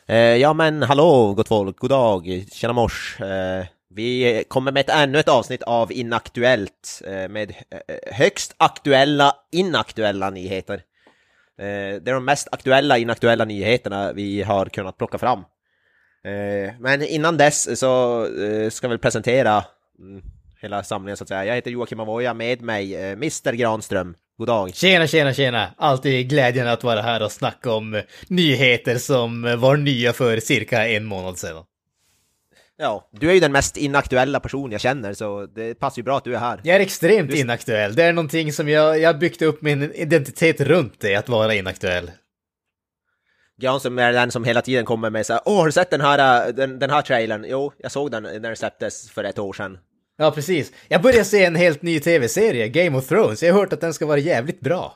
Ja men hallå gott folk, god dag, tjena mors. Vi kommer med ännu ett avsnitt av Inaktuellt med högst aktuella inaktuella nyheter. Det är de mest aktuella inaktuella nyheterna vi har kunnat plocka fram. Men innan dess så ska vi presentera hela samlingen så att säga. Jag heter Joakim Avoya, med mig Mr. Granström. God dag. Tjena. Alltid glädjen att vara här och snacka om nyheter som var nya för cirka en månad sedan. Ja, du är ju den mest inaktuella person jag känner, så det passar ju bra att du är här. Jag är extremt inaktuell. Det är någonting som jag byggt upp min identitet runt det, att vara inaktuell. Granström är den som hela tiden kommer med så här, har du sett den här trailern? Jo, jag såg den när den släpptes för ett år sedan. Ja, precis. Jag börjar se en helt ny tv-serie, Game of Thrones. Jag har hört att den ska vara jävligt bra.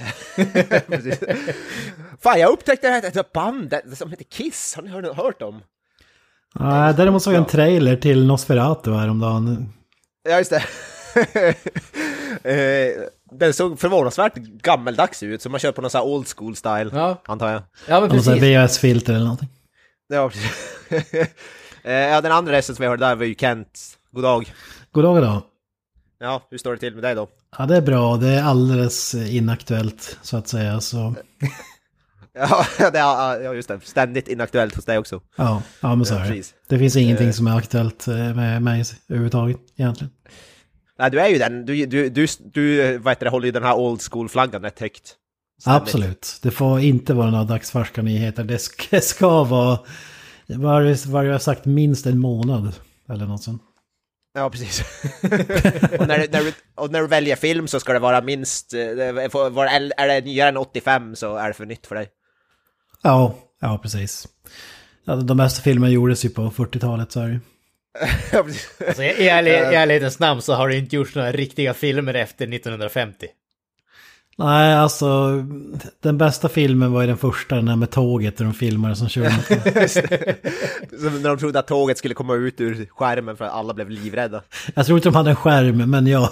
Fan, jag upptäckte ett band som heter Kiss. Har ni hört om? Ja, däremot såg jag en trailer till Nosferatu häromdagen. Ja, just det. Den såg förvånansvärt gammeldags ut, så man kör på någon sån här old school style, antar jag. Ja, men precis. VHS-filter eller någonting. Ja, precis. Ja, den andra resten som vi hörde där var ju Kent. God dag. God dag. Ja, hur står det till med dig då? Ja, det är bra. Det är alldeles inaktuellt, så att säga. Så... ja, just det. Ständigt inaktuellt hos dig också. Ja men så är det. Det finns ingenting som är aktuellt med mig överhuvudtaget, egentligen. Nej, du är ju den. Du håller ju den här old school-flaggan rätt högt. Ständigt. Absolut. Det får inte vara några dagsfärska nyheter. Det ska vara, vad jag har sagt, minst en månad eller något sånt. Ja, precis. och när du väljer film så ska det vara minst... är det nyare än 85 så är det för nytt för dig. Ja, precis. Ja, de bästa filmerna gjordes ju på 40-talet, så är det. Ja, precis. Alltså, i ärlighetens namn så har det inte gjorts några riktiga filmer efter 1950. Nej, alltså den bästa filmen var ju den första, den här med tåget där de filmade som körde. När de trodde att tåget skulle komma ut ur skärmen för att alla blev livrädda. Jag tror inte de hade en skärm, men ja.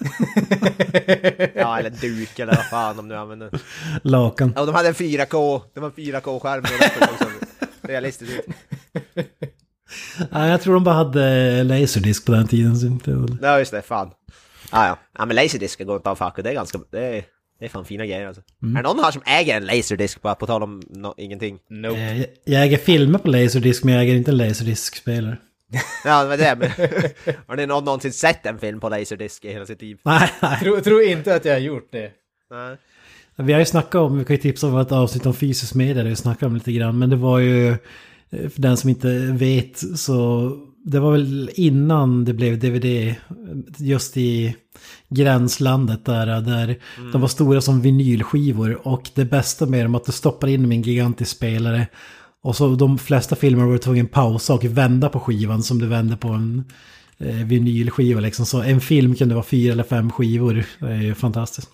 Ja, eller duk eller vad fan de nu använder. Lakan. Ja, de hade en 4K, det var en 4K-skärm och det såg också realistiskt ut. Ja, jag tror de bara hade laserdisk på den tiden. Ja, just det, fan. Ja, men laserdisk går inte av facket, det är ganska... Det är fan fina grejer alltså. Är det någon här som äger en laserdisk på tal om ingenting? Nope. Jag äger filmer på laserdisk, men jag äger inte en laserdisk-spelare. Ja, men det. Men har ni någonsin sett en film på laserdisk i hela sitt liv? Nej. Tror inte att jag har gjort det. Nej. Vi har ju snackat om, vi kan ju tipsa om ett avsnitt om fysisk media, där vi snackade om lite grann. Men det var ju, för den som inte vet, så det var väl innan det blev DVD, just i gränslandet där de var stora som vinylskivor, och det bästa med dem att du stoppar in min gigantisk spelare, och så de flesta filmer var du tvungen pausa och vända på skivan som du vände på en vinylskiva liksom. Så en film kunde vara 4 eller 5 skivor. Det är ju fantastiskt.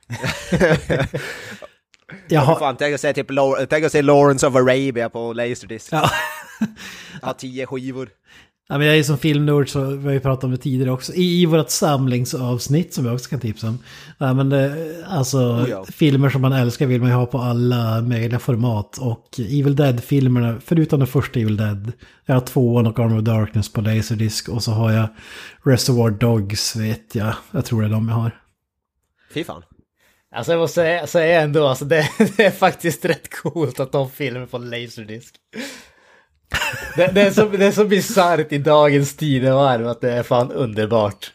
Tänk att se Lawrence of Arabia på Laserdisc. Ja, 10 skivor. Ja, men jag är som filmnörd, så vi har ju pratat om det tidigare också. I vårt samlingsavsnitt som jag också kan tipsa om. Ja, men filmer som man älskar vill man ju ha på alla möjliga format. Och Evil Dead-filmerna, förutom den första Evil Dead. Jag har 2 och Arm of Darkness på Laserdisc. Och så har jag Reservoir Dogs, vet jag. Jag tror det är de jag har. Fy fan. Alltså jag måste säga ändå, alltså det är faktiskt rätt coolt att de filmer på Laserdisc. Det är så bizarrt i dagens tidevarv att det är fan underbart.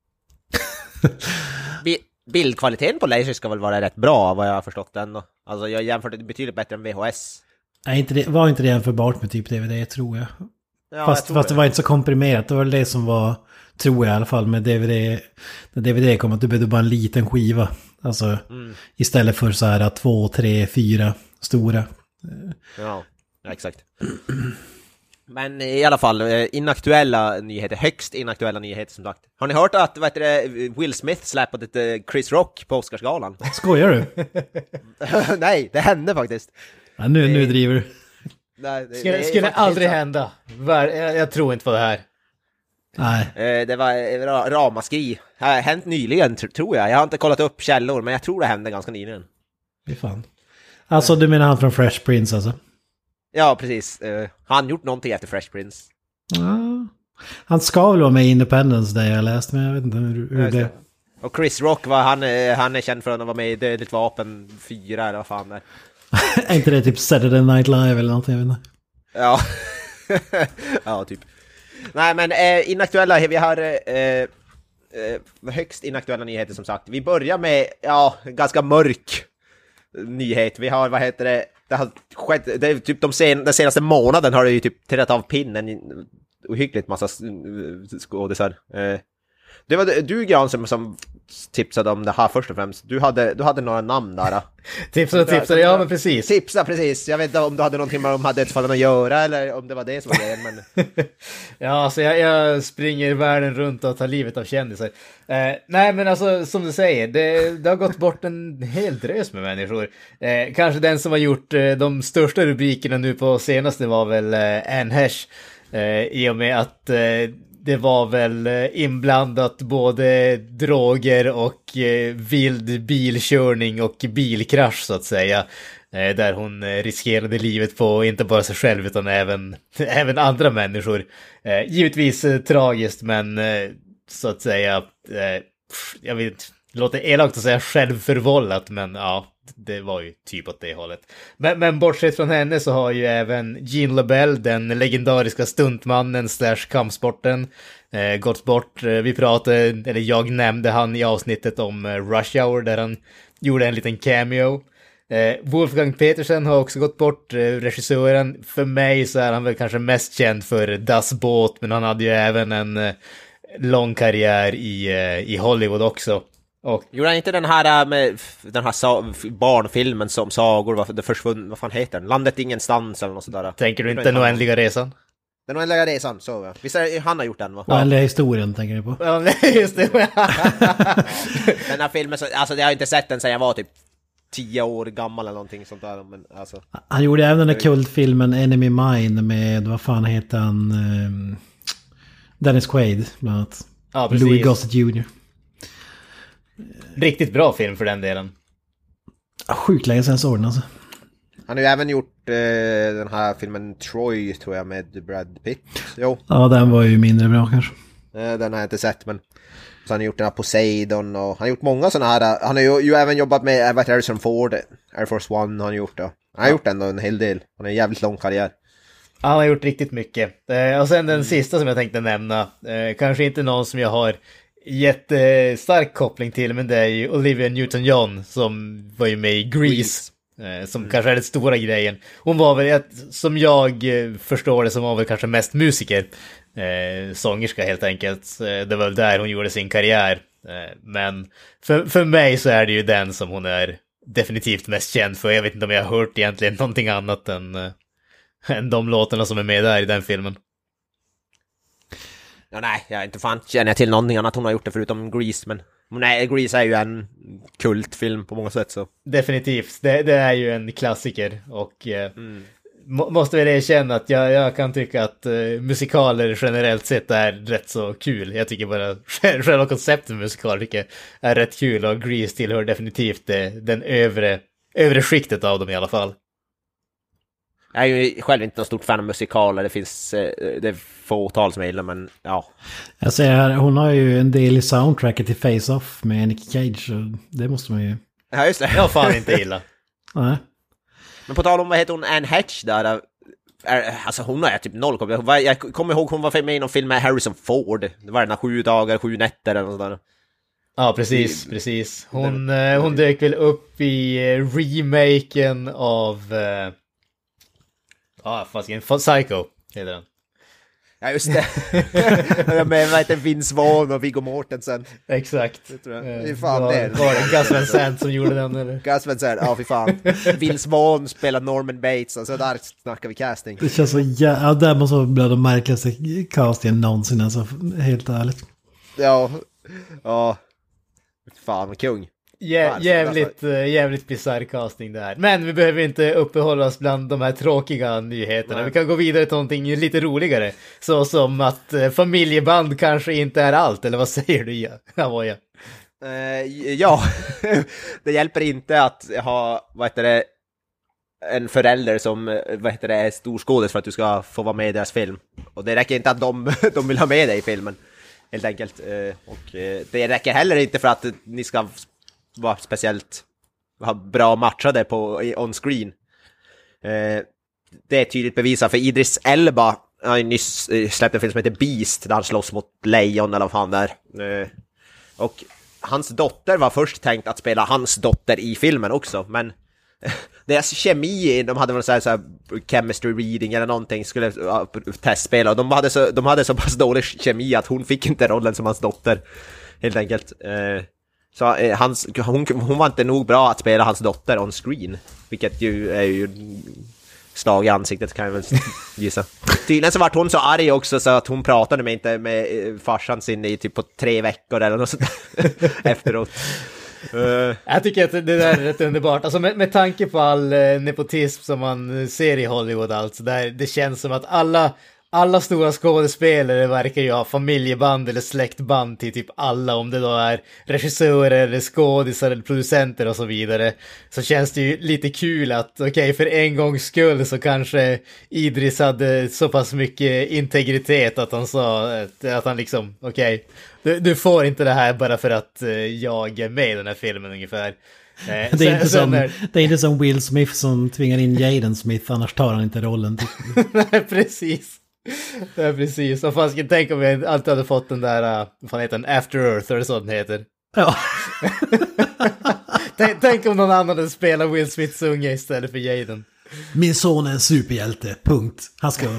Bildkvaliteten på laser ska väl vara rätt bra, vad jag har förstått ändå. Alltså jag jämförde det betydligt bättre än VHS. Nej, var inte det jämförbart med typ DVD, tror jag. Ja, fast det var inte så komprimerat. Det var det som var, tror jag i alla fall, med DVD. När DVD kom, att du behövde bara en liten skiva. Alltså istället för så här 2, 3, 4 stora. Ja, exakt. Men i alla fall, inaktuella nyheter, högst inaktuella nyheter som sagt. Har ni hört att Will Smith släppade Chris Rock på Oscarsgalan? Skojar du? Nej, det hände faktiskt. Ja, nu driver du. Nej, skulle aldrig hända. Jag tror inte på det här. Nej. Det var ramaskri. Det har hänt nyligen, tror jag. Jag har inte kollat upp källor, men jag tror det hände ganska nyligen. Fy fan. Alltså, du menar han från Fresh Prince alltså? Ja, precis. Han gjort någonting efter Fresh Prince. Ja. Han ska väl vara med i Independence Day, jag läst, men jag vet inte hur det... Och Chris Rock, han är känd för att vara med i Dödligt vapen 4 eller vad fan det är. Är inte det typ Saturday Night Live eller någonting, jag vet inte. Ja. Ja, typ. Nej, men inaktuella, vi har högst inaktuella nyheter som sagt. Vi börjar med, ganska mörk nyhet. Vi har, det har skett, det är typ den senaste månaden har det ju typ trillat av pinnen ohyggligt massa skådisar. Det var du, Jan, som tipsade om det här först och främst. Du hade några namn där. Tipsade, ja men precis. Tipsa, precis. Jag vet inte om du hade någonting med de här dödsfallen att göra eller om det var det som var grejen, men... Ja, alltså jag springer världen runt och tar livet av kändisar. Nej, men alltså som du säger, det har gått bort en hel drös med människor. Kanske den som har gjort de största rubrikerna nu på senaste var väl Anne Heche. I och med att det var väl inblandat både droger och vild bilkörning och bilkrasch så att säga. Där hon riskerade livet på inte bara sig själv utan även andra människor. Givetvis tragiskt, men så att säga, jag vet, det låter elakt att säga självförvållat, men ja, det var ju typ åt det hållet. Men bortsett från henne så har ju även Gene LaBelle, den legendariska stuntmannen / kampsporten, gått bort. Jag nämnde han i avsnittet om Rush Hour där han gjorde en liten cameo. Wolfgang Petersen har också gått bort, regissören. För mig så är han väl kanske mest känd för Das Boot, men han hade ju även en lång karriär i Hollywood också. Och gjorde han inte den här med den här barnfilmen som sagor, det försvunn, vad fan heter den? Landet ingenstans eller något sådär. Tänker du inte Den oändliga resan? Den oändliga resan, så ja. Visst är han har gjort den, va? Oändliga historien tänker du på. Ja, just det. Den här filmen, alltså jag har inte sett den sedan jag var typ 10 år gammal eller någonting sånt där, men alltså. Han gjorde även den där kultfilmen Enemy Mine med, vad fan heter han? Dennis Quaid bland annat. Ja, precis. Louis Gossett Jr. Riktigt bra film för den delen. Sjukt länge sedan såg den alltså. Han har ju även gjort den här filmen Troy, tror jag, med Brad Pitt. Jo. Ja, den var ju mindre bra kanske. Den har jag inte sett, men så han har gjort den här Poseidon och han har gjort många sådana här. Han har ju även jobbat med Harrison Ford, Air Force One har han gjort det. Han har gjort ändå en hel del. Han har en jävligt lång karriär. Han har gjort riktigt mycket. Och sen den sista som jag tänkte nämna, kanske inte någon som jag har jättestark koppling till, men det är ju Olivia Newton-John som var ju med i Grease. Som kanske är den stora grejen. Hon var väl, som jag förstår det, som var väl kanske mest musiker. Sångerska helt enkelt. Det var väl där hon gjorde sin karriär. Men för mig så är det ju den som hon är definitivt mest känd för. Jag vet inte om jag har hört egentligen någonting annat än de låtarna som är med där i den filmen. Ja, nej, jag inte fan känner till någonting annat hon har gjort det förutom Grease, men nej, Grease är ju en kultfilm på många sätt så. Definitivt, det är ju en klassiker och måste väl erkänna att jag kan tycka att musikaler generellt sett är rätt så kul. Jag tycker bara själva konceptet med musikaler tycker är rätt kul och Grease tillhör definitivt den övre skiktet av dem i alla fall. Jag är ju själv inte någon stort fan av musikaler. Det finns det är fåtal som jag gillar, men ja. Jag säger här, hon har ju en del i soundtracket till Face Off med Nick Cage, så det måste man ju... Ja, just det. Jag fan inte gilla. Nej. Men på tal om, vad heter hon, Anne Heche där? Alltså hon har typ noll. Jag kommer ihåg hon var med i någon film med Harrison Ford. Det var den här 7 dagar, 7 nätter eller något sådär. Ja, precis. Hon dök väl upp i remaken av... Psycho heter den. Ja, just det. Med vad heter Vince Vaughn och Viggo Mortensen. Exakt. Det tror jag. Fy fan, var det Gus Van Sant som gjorde den, eller? Gus Van Sant, ja fy fan. Vince Vaughn spelar Norman Bates, alltså där snackar vi casting. Det känns så ja, där måste vara bland de märkligaste castingen någonsin, alltså helt ärligt. Ja. Fan, kung. Jävligt bizarr casting det här. Men vi behöver inte uppehålla oss bland de här tråkiga nyheterna. Nej. Vi kan gå vidare till någonting lite roligare. Så som att familjeband kanske inte är allt. Eller vad säger du, Avoya? Ja, det hjälper inte att ha, en förälder som, vad heter det, är storskådis för att du ska få vara med i deras film. Och det räcker inte att de vill ha med dig i filmen, helt enkelt. Och det räcker heller inte för att ni ska vara speciellt bra matchade on screen. Det är tydligt bevisat, för Idris Elba har nyss släppt en film som heter Beast där han slåss mot lejon eller vad fan där. Och hans dotter var först tänkt att spela hans dotter i filmen också, men deras kemi, de hade väl så här chemistry reading eller någonting, skulle testspela, och de hade så pass dålig kemi att hon fick inte rollen som hans dotter, helt enkelt. Så hon var inte nog bra att spela hans dotter on screen, vilket ju är ju slag i ansiktet, kan jag väl gissa. Tydligen så var hon så arg också så att hon pratade inte med farsan sin i typ på 3 veckor eller något sånt efteråt. Jag tycker att det där är rätt underbart. Alltså med tanke på all nepotism som man ser i Hollywood, alltså där det känns som att alla stora skådespelare verkar ju ha familjeband eller släktband till typ alla, om det då är regissörer eller skådisar eller producenter och så vidare. Så känns det ju lite kul att okej, för en gångs skull så kanske Idris hade så pass mycket integritet att han sa att han liksom, okej, du får inte det här bara för att jag är med i den här filmen ungefär. Det är inte som Will Smith som tvingar in Jaden Smith, annars tar han inte rollen. Nej, precis. Ja, precis. Och fan, ska tänka om jag alltid hade fått den där, vad fan heter den? After Earth, eller så den heter. Ja. Tänk om någon annan hade spelat Will Smiths unge istället för Jaden. Min son är en superhjälte, punkt. Han ska...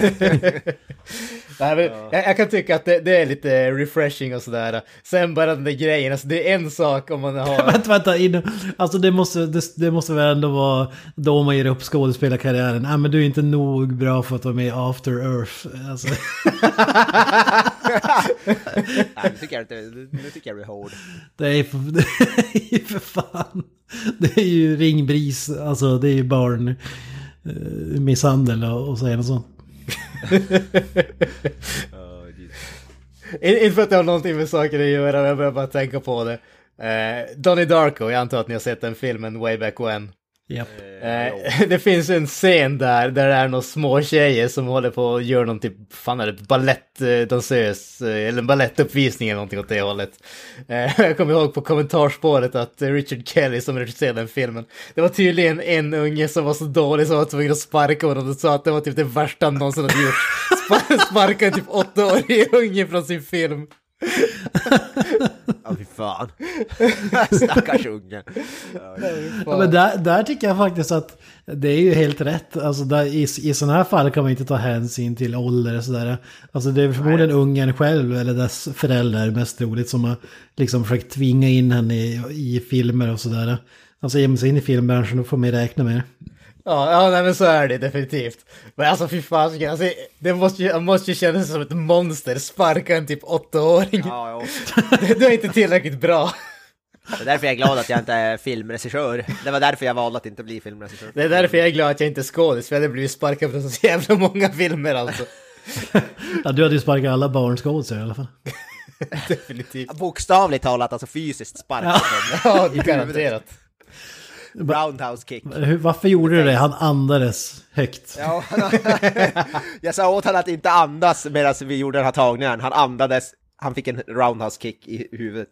Nej, men jag kan tycka att det är lite refreshing och sådär. Sen bara den där grejen, alltså det är en sak om man har... vänta, alltså det måste väl ändå vara då man ger upp skådespelarkarriären. Nej, men du är inte nog bra för att vara med i After Earth. Alltså. Nej, nu tycker jag det är hård. Det är för fan. Det är ju ringbris, alltså det är ju barn misshandel och så är det så. Inte för att det har någonting med saker att göra, men jag börjar bara tänka på det. Donnie Darko, jag antar att ni har sett den filmen Way Back When. Yep. Det finns en scen där det är några små tjejer som håller på att göra någon typ, fan är det, ballettdansös eller en ballettuppvisning eller någonting åt det hållet. Jag kommer ihåg på kommentarspåret att Richard Kelly som regisserade den filmen, det var tydligen en unge som var så dålig som var tvungen att sparka honom och sa att det var typ det värsta han någonsin hade gjort. Sparka en typ 8-årig unge från sin film. Ja, fy fan. Stackars unge. Ja, men där tycker jag faktiskt att det är ju helt rätt. Alltså där, i sådana här fall kan man inte ta hänsyn till ålder och sådär. Alltså det är förmodligen ungen själv eller dess föräldrar mest troligt som har liksom försökt tvinga in henne i filmer och sådär. Alltså ge sig in i filmbranschen, då får man räkna med det. Ja, nej, men så är det definitivt. Men alltså fy fan, alltså, det måste ju kännas som ett monster. Sparka en typ 8-åring. Ja. Det är inte tillräckligt bra. Det är därför jag är glad att jag inte är filmregissör. Det var därför jag valde att inte bli filmregissör. Det är därför jag är glad att jag inte är skådis. För jag hade blivit sparkad på så jävla många filmer alltså. Ja, du hade ju sparkat alla barnskådisar i alla fall. Definitivt. Bokstavligt talat, alltså fysiskt sparkat dem. Ja, garanterat. Roundhouse kick. Varför gjorde du det? Han andades högt. Ja, jag sa åt han att inte andas medan vi gjorde den här tagningen. Han andades, han fick en roundhouse kick i huvudet.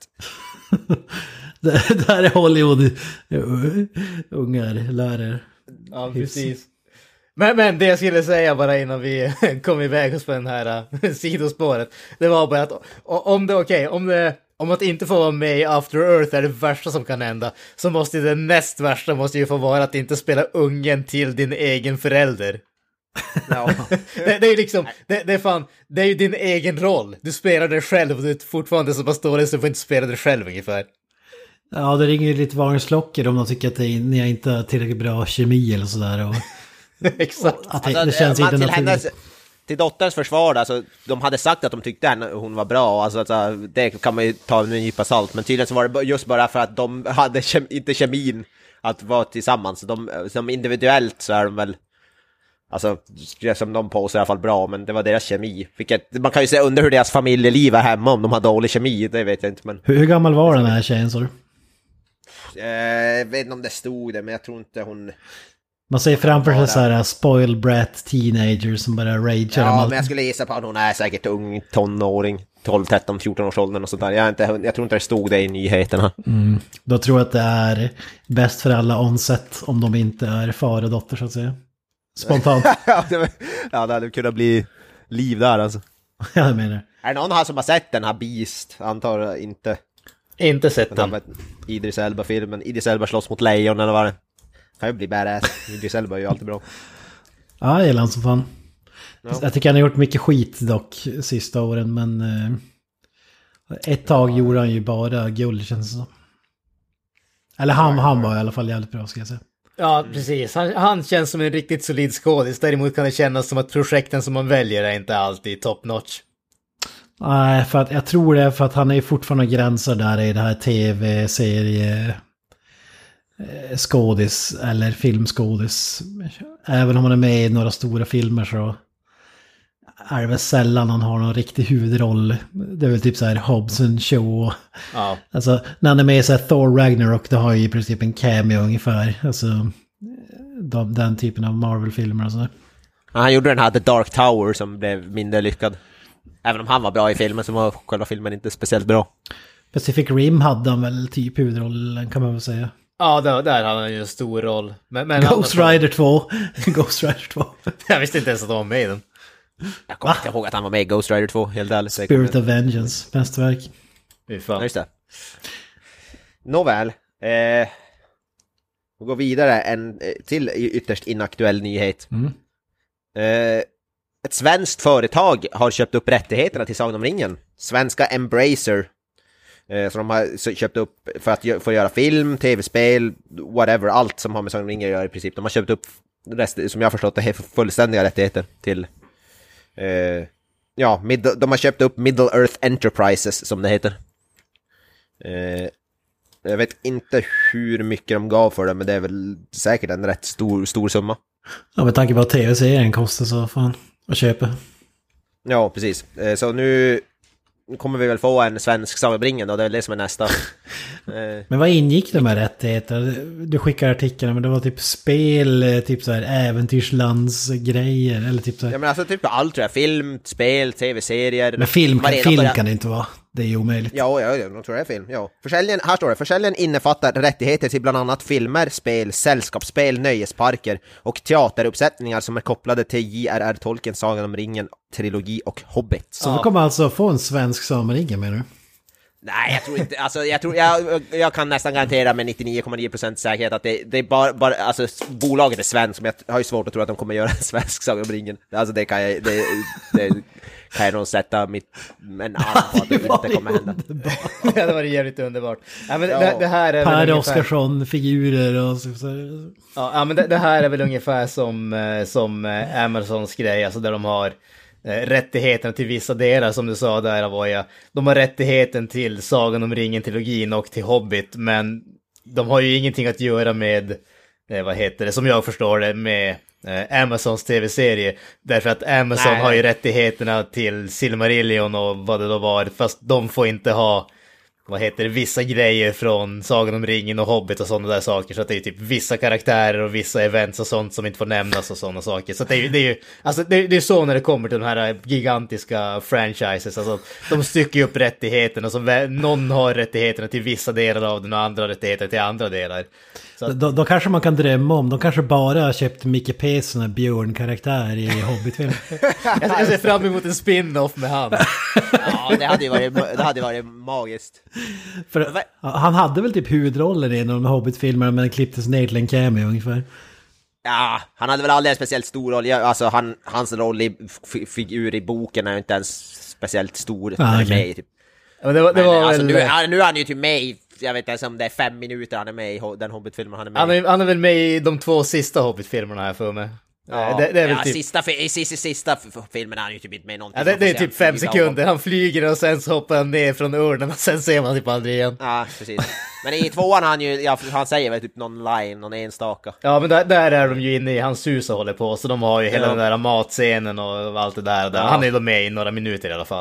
Det här är Hollywood. Ungar, lärare. Ja, precis. Men det jag skulle säga bara innan vi kom iväg oss på den här sidospåret, det var bara att om att inte få vara med i After Earth är det värsta som kan hända, så måste det näst värsta måste ju få vara att inte spela ungen till din egen förälder. Ja. Det är ju liksom, det är ju din egen roll. Du spelar dig själv och du är fortfarande så pass dålig så du får inte spela dig själv ungefär. Ja, det ringer ju lite varningsklockor om de tycker att ni inte har tillräckligt bra kemi eller sådär. Och, exakt. Att det känns inte naturligt. Till dotterns försvar, alltså, de hade sagt att de tyckte hon var bra, alltså, det kan man ju ta med en nypa salt, men tydligen så var det just bara för att de hade inte kemin att vara tillsammans. Som individuellt så är de väl, alltså, som de påstår i alla fall bra, men det var deras kemi. Vilket, man kan ju säga under hur deras familjeliv är hemma om de har dålig kemi, det vet jag inte. Men... Hur gammal var den här tjejen, så du? Jag vet inte om det stod det, men jag tror inte hon... Man ser framför sig så här spoiled brat teenager som bara ragear. Ja, men jag skulle gissa på att hon är säkert ung tonåring. 12, 13, 14 års åldern och sånt där. Jag tror inte det stod det i nyheterna. Då tror jag att det är bäst för alla onset om de inte är far och dotter så att säga. Spontant. Ja, det hade kunnat bli liv där alltså. Jag menar. Är det någon här som har sett den här Beast? Antar jag inte. Inte sett den. Idris Elba-filmen. Idris Elba slåss mot lejon eller vad det kan ju bli badass. Idris Elba är ju alltid bra. Ja, jag gillar han som fan. Ja. Jag tycker han har gjort mycket skit dock sista åren, men ett tag gjorde han ju bara guld känns det som. Eller han var i alla fall jävligt bra ska jag säga. Ja, precis. Han känns som en riktigt solid skådis. Däremot kan det kännas som att projekten som man väljer är inte alltid top notch. Nej, för att jag tror det är för att han är ju fortfarande gränsar där i det här tv-serie skådis eller filmskådis. Även om han är med i några stora filmer så är det väl sällan han har någon riktig huvudroll. Det är väl typ så här Hobson Show. Ja. Alltså när han är med i så här Thor Ragnarok då har han ju i princip en cameo ungefär. Alltså den typen av Marvel-filmer och så. Han gjorde den här The Dark Tower som blev mindre lyckad. Även om han var bra i filmen så var själva filmen inte speciellt bra. Pacific Rim hade han väl typ huvudrollen kan man väl säga. Ja, där hade han ju en stor roll. Men Ghost Rider 2. Ghost Rider 2. Jag visste inte ens att han var med i den. Jag kommer inte ihåg att han var med i Ghost Rider 2, helt ärligt. Spirit of Vengeance, mästerverk. Ja, just det. Nåväl. Vi går vidare till ytterst inaktuell nyhet. Ett svenskt företag har köpt upp rättigheterna till Sagan om ringen. Svenska Embracer. Så de har köpt upp för att få göra film, tv-spel, whatever, allt som har med Sagan om ringen att göra i princip. De har köpt upp som jag har förstått det är fullständiga rättigheter till de har köpt upp Middle Earth Enterprises som det heter. Jag vet inte hur mycket de gav för det, men det är väl säkert en rätt stor summa. Ja, med tanke på att tv-serien kostar så fan att köpa. Ja, precis. Så nu kommer vi väl få en svensk Sagan om ringen och det är väl det som är nästa. Men vad ingick de här rättigheterna? Du skickar artiklarna, men det var typ spel, typ så här äventyrslandsgrejer eller typ så här. Ja, men alltså typ allt tror jag. Film, spel, tv-serier. Men film kan det inte vara. Det är ju omöjligt. Ja, jag tror det är film. Ja. Här står det. Försäljningen innefattar rättigheter till bland annat filmer, spel, sällskapsspel, nöjesparker och teateruppsättningar som är kopplade till J.R.R. Tolkiens Sagan om ringen, trilogi och Hobbit. Så vi kommer alltså få en svensk Sagan om ringen, menar du? Nej, jag tror inte. Alltså, jag kan nästan garantera med 99,9% säkerhet att det är bara alltså, bolaget är svenskt, men jag har ju svårt att tro att de kommer göra en svensk Sagan om ringen. Alltså det kan jag nog sätta en arm på att det inte kommer hända. Ja, det var jävligt underbart. Ja, men det här är Per Oscarsson-figurer och så. Ja, men det här är väl ungefär som Amazons grej, alltså där de har rättigheterna till vissa delar, som du sa där, Avoya. De har rättigheten till Sagan om ringen-trilogin och till Hobbit, men de har ju ingenting att göra med, som jag förstår det, med Amazons tv-serie. Därför att Amazon har ju rättigheterna till Silmarillion och vad det då var, fast de får inte ha vissa grejer från Sagan om ringen och Hobbit och sådana där saker, så att det är typ vissa karaktärer och vissa events och sånt som inte får nämnas och sådana saker. Så att det är ju alltså det är så när det kommer till de här gigantiska franchises, alltså de stycker ju upp rättigheterna, så någon har rättigheterna till vissa delar av den och andra rättigheter till andra delar. Då kanske man kan drömma om, de kanske bara har köpt Micke P som en björnkaraktär i Hobbit-film. Jag ser fram emot en spin-off med han. Ja, det hade varit magiskt. För han hade väl typ huvudrollen i en av de Hobbit-filmerna, men klipptes ner till en cameo ungefär. Ja, han hade väl aldrig en speciellt stor roll. Alltså hans roll i figur i boken är ju inte ens speciellt stor. Okay. Typ. Ja, det var alltså, väl... nu är han ju typ med i, jag vet inte ens om det är 5 minuter han är med i den Hobbit-filmen han är med i. Han är väl med i de 2 sista Hobbit-filmerna här för mig. Ja, det är väl typ... sista filmen är han ju typ inte med i någonting. Ja, det är typ 5 sekunder. Han flyger och sen så hoppar han ner från urnen och sen ser man typ aldrig igen. Ja, precis. Men i 2:an han säger väl typ någon line, någon enstaka. Ja, men där är de ju inne i hans hus och håller på, så de har ju hela den där matscenen och allt det där. Han är ju med i några minuter i alla fall.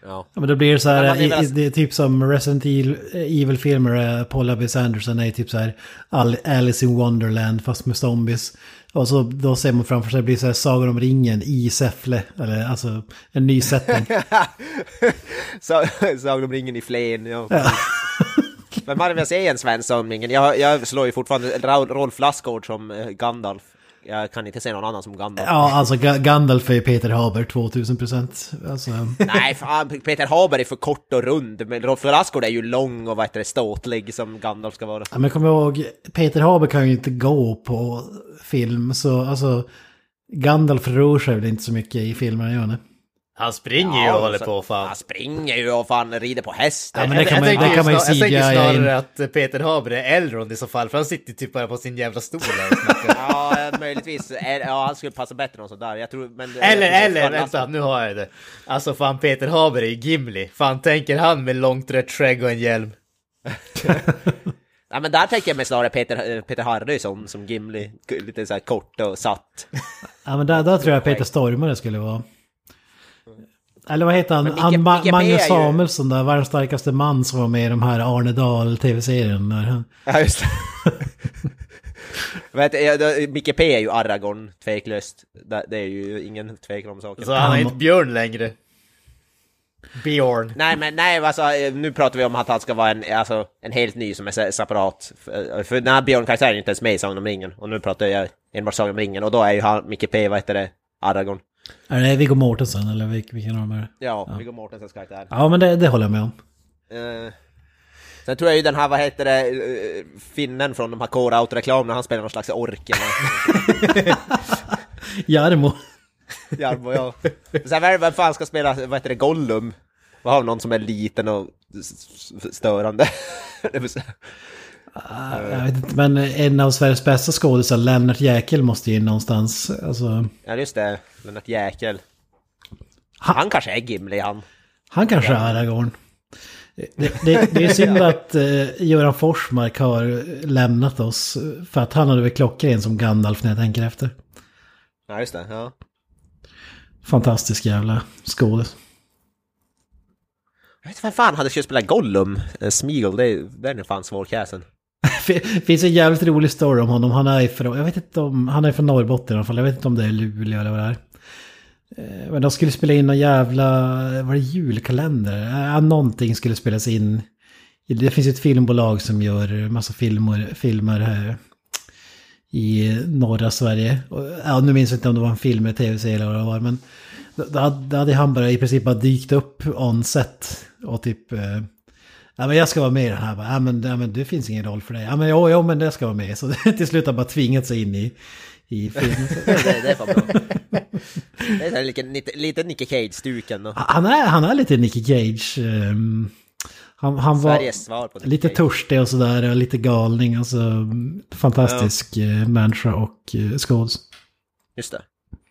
Ja. Ja, men det blir så här, Men man är väl- det är typ som Resident Evil-filmer, Paul W.S. Anderson är typ så här Alice in Wonderland fast med zombies. Och så då ser man framför sig blir så här Sagan om ringen i Säffle, eller alltså en ny setting. Sagan om ringen i Flen, ja. Men man vill se en svensk Sagan om ringen. Jag slår ju fortfarande Rolf Lassgård som Gandalf. Jag kan inte se någon annan som Gandalf. Ja, alltså Gandalf är Peter Haber 2000%. Alltså. Nej, fan, Peter Haber är för kort och rund. Men Rolf Lassgård är ju lång och ståtlig som Gandalf ska vara. Ja, men kom ihåg, Peter Haber kan ju inte gå på film. Så alltså, Gandalf rör sig väl inte så mycket i filmerna, gör det? Han springer ju och håller på fan. Han springer ju och fan rider på hästen. Ja, men det kan man ju Jag tänker CGI in. snarare att Peter Haber är Elrond i så fall, för han sitter typ bara på sin jävla stol och snackar. Ja, möjligtvis. Ja, han skulle passa bättre någon sån där. Jag tror, men, Eller vänta, nu har jag det. Alltså fan, Peter Haber är ju Gimli. Fan, tänker han med långt rött skägg och en hjälm. Ja, men där tänker jag mig snarare Peter Harry som Gimli. Lite så här kort och satt. Ja, men där tror jag Peter Stormare skulle vara. Eller vad heter han? Micke Magnus P är ju- Samuelsson där, världens starkaste man som var med i de här Arne Dahl tv-serien. Där. Ja, just det. Micke P är ju Aragorn, tveklöst. Det är ju ingen tvekan om saken. Så han är inte Björn längre. Björn. Nej, alltså, nu pratar vi om att han ska vara en helt ny som är separat. För den här Björn-karaktären är inte ens med i Sagan om ringen. Och nu pratar jag enbart Sagan om ringen. Och då är ju han, Micke P, Aragorn. Är det Viggo Mortensen eller vilken av dem är det? Ja, Viggo Mortensens karaktär. Ja, men det håller jag med om. Sen tror jag ju den här, finnen från de här Core-Out-reklamerna, när han spelar någon slags orken. Jarmo. Jarmo, ja. Sen vem fan ska spela, Gollum? Vad har någon som är liten och störande? Jag vet inte, men en av Sveriges bästa skådespelare, Lennart Jäkel, måste ju in någonstans. Alltså, Ja, just det. Lennart Jäkel. Han kanske är Gimli, han. han kanske är Aragorn. Det är synd att Göran Forsmark har lämnat oss. För att han hade väl klockren som Gandalf när jag tänker efter. Ja, just det. Ja. Fantastisk jävla skådis. Jag vet inte, vem fan hade skulle spela Gollum? Smeagol, den är fan svårkäsen. Finns en jävligt rolig story om honom. Han är från, jag vet inte om, han är från Norrbotten i alla fall. Jag vet inte om det är Luleå eller vad det är. Men de skulle spela in någon jävla, var det julkalender? Någonting skulle spelas in. Det finns ett filmbolag som gör massa filmer här i norra Sverige. Ja, nu minns jag inte om det var en film eller tv-serie eller vad det var. Men då hade han bara i princip bara dykt upp on set och typ... Ja, men jag ska vara med i det här. Ja, men det finns ingen roll för dig. Ja, men jo, men det ska vara med. Så till slut har bara tvingat sig in i filmen. Det är fan bra. Det är lite Nicky Cage-stuken. Han är lite Nicky Cage. Han var Sveriges svar på lite Cage. törstig och sådär. Och lite galning. Alltså, fantastisk människa och skåds. Just det.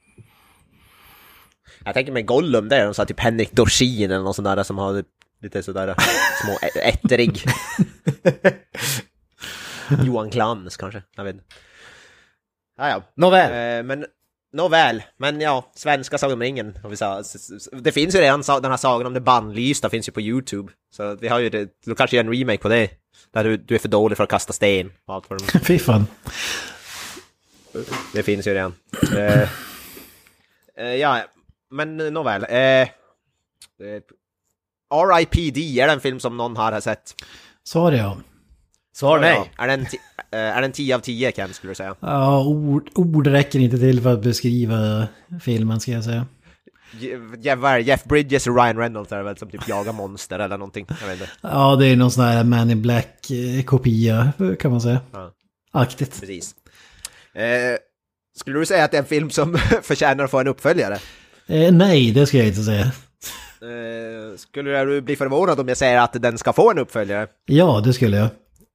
Jag tänker med Gollum, det är någon sån här typ Henrik Dorsin eller någon sån där som har lite sådär små ätterig. Johan Glans kanske, jag vet inte. Ja. Nåväl, men ja, svenska Sagan om ringen. Det finns ju redan, den här sagan om det bannlysta finns ju på YouTube. Så vi har ju det, då kanske gör en remake på det. Där du är för dålig för att kasta sten och allt för dem. Fy fan. Det finns ju redan. Ja, men nåväl. R.I.P.D. är den film som någon här har sett. Så var det ja. Svar nej. Ja. Är den 10 av 10 kan skulle du säga? Ja, ord räcker inte till för att beskriva filmen ska jag säga. Jeff Bridges och Ryan Reynolds är väl som typ jagar monster eller någonting. Jag vet inte. Ja, det är någon sån här Man in Black-kopia kan man säga. Ja. Aktigt. Precis. Skulle du säga att det är en film som förtjänar att få en uppföljare? Nej, det ska jag inte säga. Skulle du bli förvånad om jag säger att den ska få en uppföljare? Ja, det skulle jag.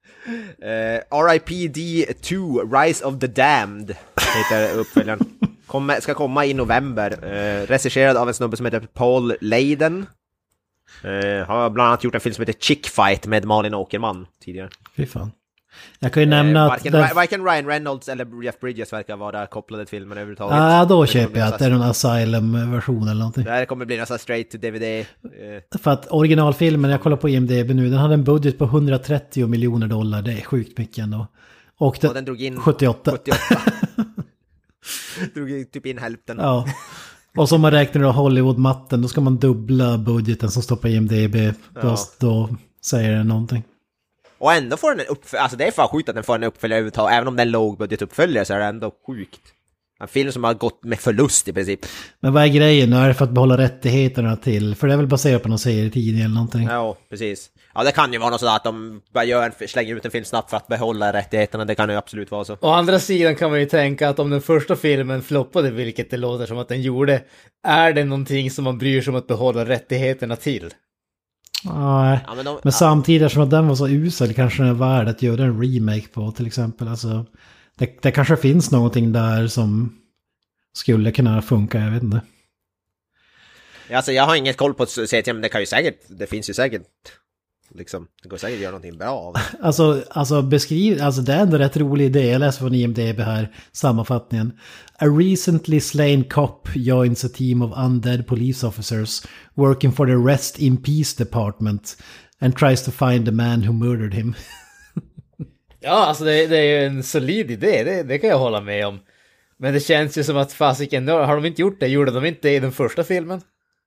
R.I.P.D. 2 Rise of the Damned heter uppföljaren. Ska komma i november. Regisserad av en snubbe som heter Paul Leiden. Har bland annat gjort en film som heter Chick Fight med Malin Åkerman tidigare. Fy fan. Jag kan ju nämna att... Varken Ryan Reynolds eller Jeff Bridges verkar vara kopplade till filmen överhuvudtaget. Ja, då köper jag att det är någon Asylum-version eller någonting. Det här kommer bli nästan straight to DVD. För att originalfilmen, jag kollar på IMDb nu, den hade en budget på $130 miljoner. Det är sjukt mycket ändå. Och den drog in 78. Drog typ in hälften. Ja. Och som man räknar då Hollywood-matten, då ska man dubbla budgeten som står på IMDb. Då säger det någonting. Och ändå får den en uppföljare, alltså det är fan sjukt att den får en uppföljare överhuvudtaget. Även om den är lågbudgetuppföljare så är det ändå sjukt. En film som har gått med förlust i princip. Men vad är grejen nu? Är det för att behålla rättigheterna till? För det är väl baserat på någon serietidning eller någonting? Ja, precis. Ja, det kan ju vara något sådär att de bara slänger ut en film snabbt för att behålla rättigheterna. Det kan ju absolut vara så. Å andra sidan kan man ju tänka att om den första filmen floppade, vilket det låter som att den gjorde, är det någonting som man bryr sig om att behålla rättigheterna till? Ja, men samtidigt som att den var så usel kanske den är värd att göra en remake på till exempel. Alltså, det kanske finns någonting där som skulle kunna funka, jag vet inte. Alltså jag har inget koll på att säga, men det finns ju säkert liksom, det går säkert att göra någonting bra av det. Alltså det är ändå rätt rolig idé. Jag läser från IMDb här, sammanfattningen. A recently slain cop joins a team of undead police officers working for the Rest in Peace Department and tries to find the man who murdered him. Ja, alltså det är ju en solid idé, det kan jag hålla med om. Men det känns ju som att fasiken, har de inte gjort det? Gjorde de inte i den första filmen?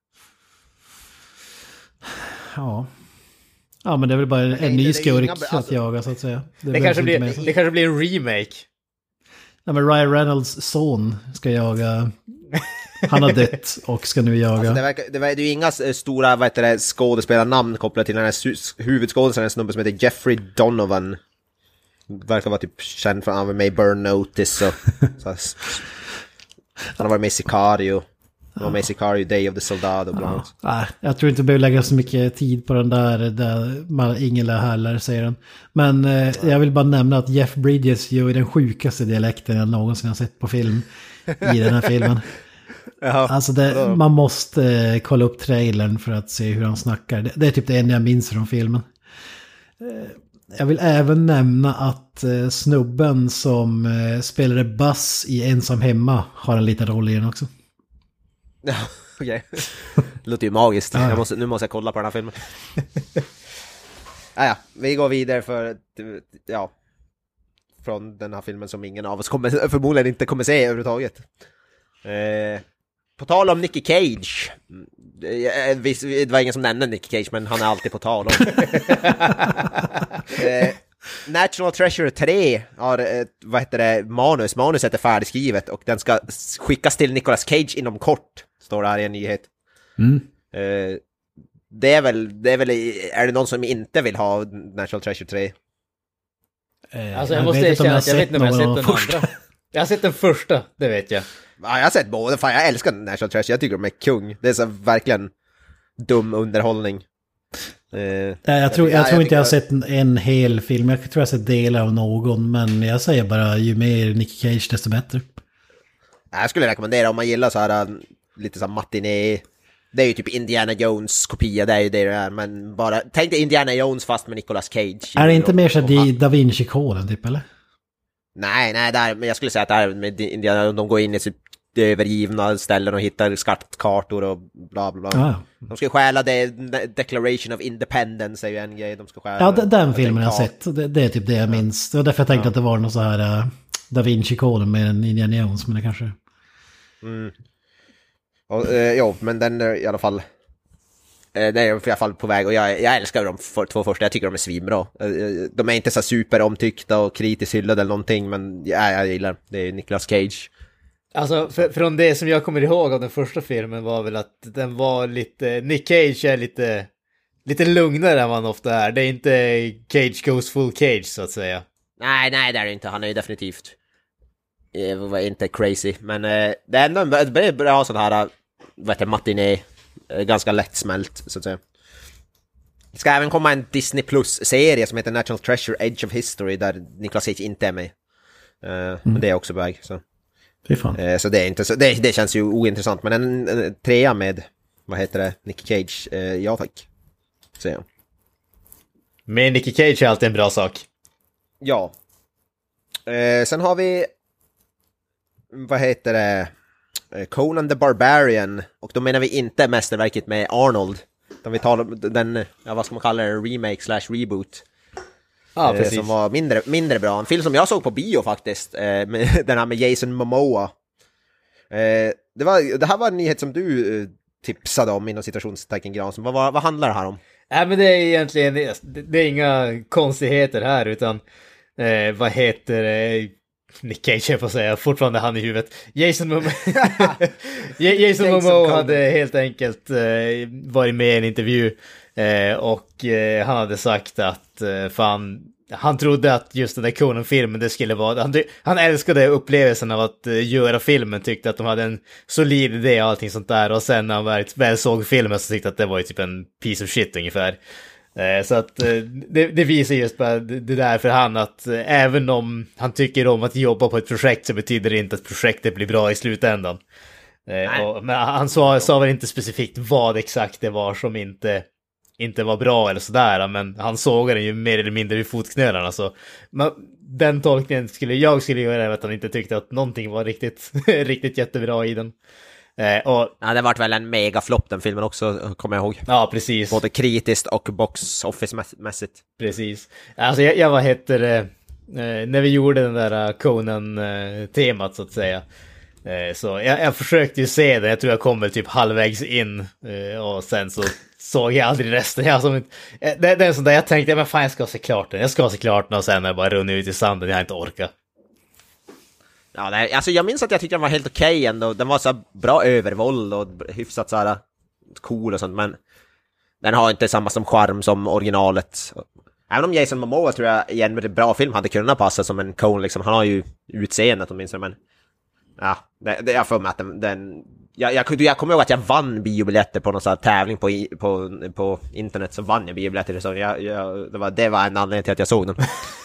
Ja, men det är väl bara en ny skurk att jaga så att säga. Det kanske blir en remake. Ja, men Ryan Reynolds son ska jaga... Han har dött och ska nu jaga. Alltså det är ju inga stora skådespelarnamn kopplade till den här huvudskådespelaren, en snubbe som heter Jeffrey Donovan. Verkar vara typ känd från med i Burn Notice och han har varit med i Sicario. Han var med i Sicario, Day of the Soldado bland annat. Nej, jag tror inte det behöver lägga så mycket tid på den där ingen lär heller, säger den. Men jag vill bara nämna att Jeff Bridges gör den sjukaste dialekten jag någonsin har sett på film i den här filmen. Alltså man måste kolla upp trailern för att se hur han snackar. Det är typ det enda jag minns från filmen. Jag vill även nämna att snubben som spelade Buzz i Ensam hemma har en liten roll i den också. Ja, okej. Det låter ju magiskt. Nu måste jag kolla på den här filmen. Ja, vi går vidare för från den här filmen som ingen av oss förmodligen inte kommer se överhuvudtaget. På tal om Nicky Cage. Det var ingen som nämnde Nicky Cage, men han är alltid på tal om. National Treasure 3 har manuset är färdigskrivet och den ska skickas till Nicolas Cage inom kort, står det här i en nyhet. Är det någon som inte vill ha National Treasure 3? Alltså jag måste erkänna att jag vet inte om jag har sett den andra. Jag har sett den första, det vet jag. Ja, jag har sett båda, fan jag älskar National Treasure, jag tycker de är kung. Det är så verkligen dum underhållning. Jag tror inte jag har sett en hel film. Jag tror jag har sett delar av någon. Men jag säger bara, ju mer Nicky Cage desto bättre. Jag skulle rekommendera om man gillar så här lite så här matiné. Det är ju typ Indiana Jones kopia, det är ju det är. Men bara, tänk dig Indiana Jones fast med Nicolas Cage. Är det inte mer så Da Vinci-koden typ, eller? Nej, men jag skulle säga att det här med Indiana, de går in i typ övergivna ställen och hittar skattkartor och bla bla bla. De ska stjäla Declaration of Independence är ju en grej. De ska stjäla, ja, den filmen jag har sett. Det är typ det jag minns. Det var därför jag tänkte att det var någon så här Da Vinci-koden med en Indiana Jones, men det kanske... men den är i alla fall... Det är i alla fall på väg och jag älskar de två första, jag tycker de är svinbra. De är inte så super omtyckta och kritiskt hyllade eller någonting, men jag gillar det är Nicolas Cage. Alltså från det som jag kommer ihåg av den första filmen var väl att den var lite... Nick Cage är lite lugnare än man ofta är. Det är inte Cage goes full Cage så att säga. Nej, det är det inte. Han är ju definitivt inte crazy. Men det är ändå en bra sån här matiné. Ganska lättsmält så att säga. Det ska även komma en Disney Plus-serie som heter National Treasure Edge of History där Nicolas Cage inte är med. Men det är också på väg. Så det är inte så, det känns ju ointressant. Men en trea med, Nicky Cage, ja tack. Så ja. Men Nicky Cage är alltid en bra sak. Ja. Sen har vi, vad heter det, Conan the Barbarian, och då menar vi inte mästerverket med Arnold, utan vi talar om den, ja, vad ska man kalla det, remake slash reboot. Ja, precis. Som var mindre bra. En film som jag såg på bio faktiskt, med, den här med Jason Momoa. Det här var en nyhet som du tipsade om inom citationstecken, Granström. Vad handlar det här om? Nej, men det är egentligen, det är inga konstigheter här, utan vad heter det? Nick Cage, jag får säga, fortfarande han i huvudet. Jason Momoa hade helt enkelt varit med i en intervju och han hade sagt att han trodde att just den där Conan-filmen, det skulle vara, han älskade upplevelsen av att göra filmen, tyckte att de hade en solid idé och allting sånt där, och sen när han väl såg filmen så tyckte att det var ju typ en piece of shit ungefär. Så att det visar just bara det där för han, att även om han tycker om att jobba på ett projekt så betyder det inte att projektet blir bra i slutändan. Men han sa väl inte specifikt vad exakt det var som inte var bra eller sådär, men han såg den ju mer eller mindre vid fotknölarna, så den tolkningen skulle göra att han inte tyckte att någonting var riktigt jättebra i den. Ja, det vart väl en megaflopp den filmen också, kommer jag ihåg. Ja, precis. Både kritiskt och box office-mässigt. Precis. Alltså jag vad heter det, när vi gjorde den där Conan-temat så att säga, så jag försökte ju se det. Jag tror jag kom väl typ halvvägs in och sen så såg jag aldrig resten. Det är en sån där jag tänkte, men fan, jag ska se klart den och sen har jag bara runnit ut i sanden, jag har inte orkat. Ja, alltså jag minns att jag tyckte den var helt okej ändå. Den var så bra övervåld och hyfsat så här cool och sånt, men den har inte samma som charm som originalet. Även om Jason Momoa tror jag i en bra film hade kunnat passa som en Conan liksom. Han har ju utseendet åtminstone, men ja, det jag får med att jag kommer ihåg att jag vann biobiljetter på någon sån här tävling på internet, så vann jag biobiljetter, så det var en anledning till att jag såg den.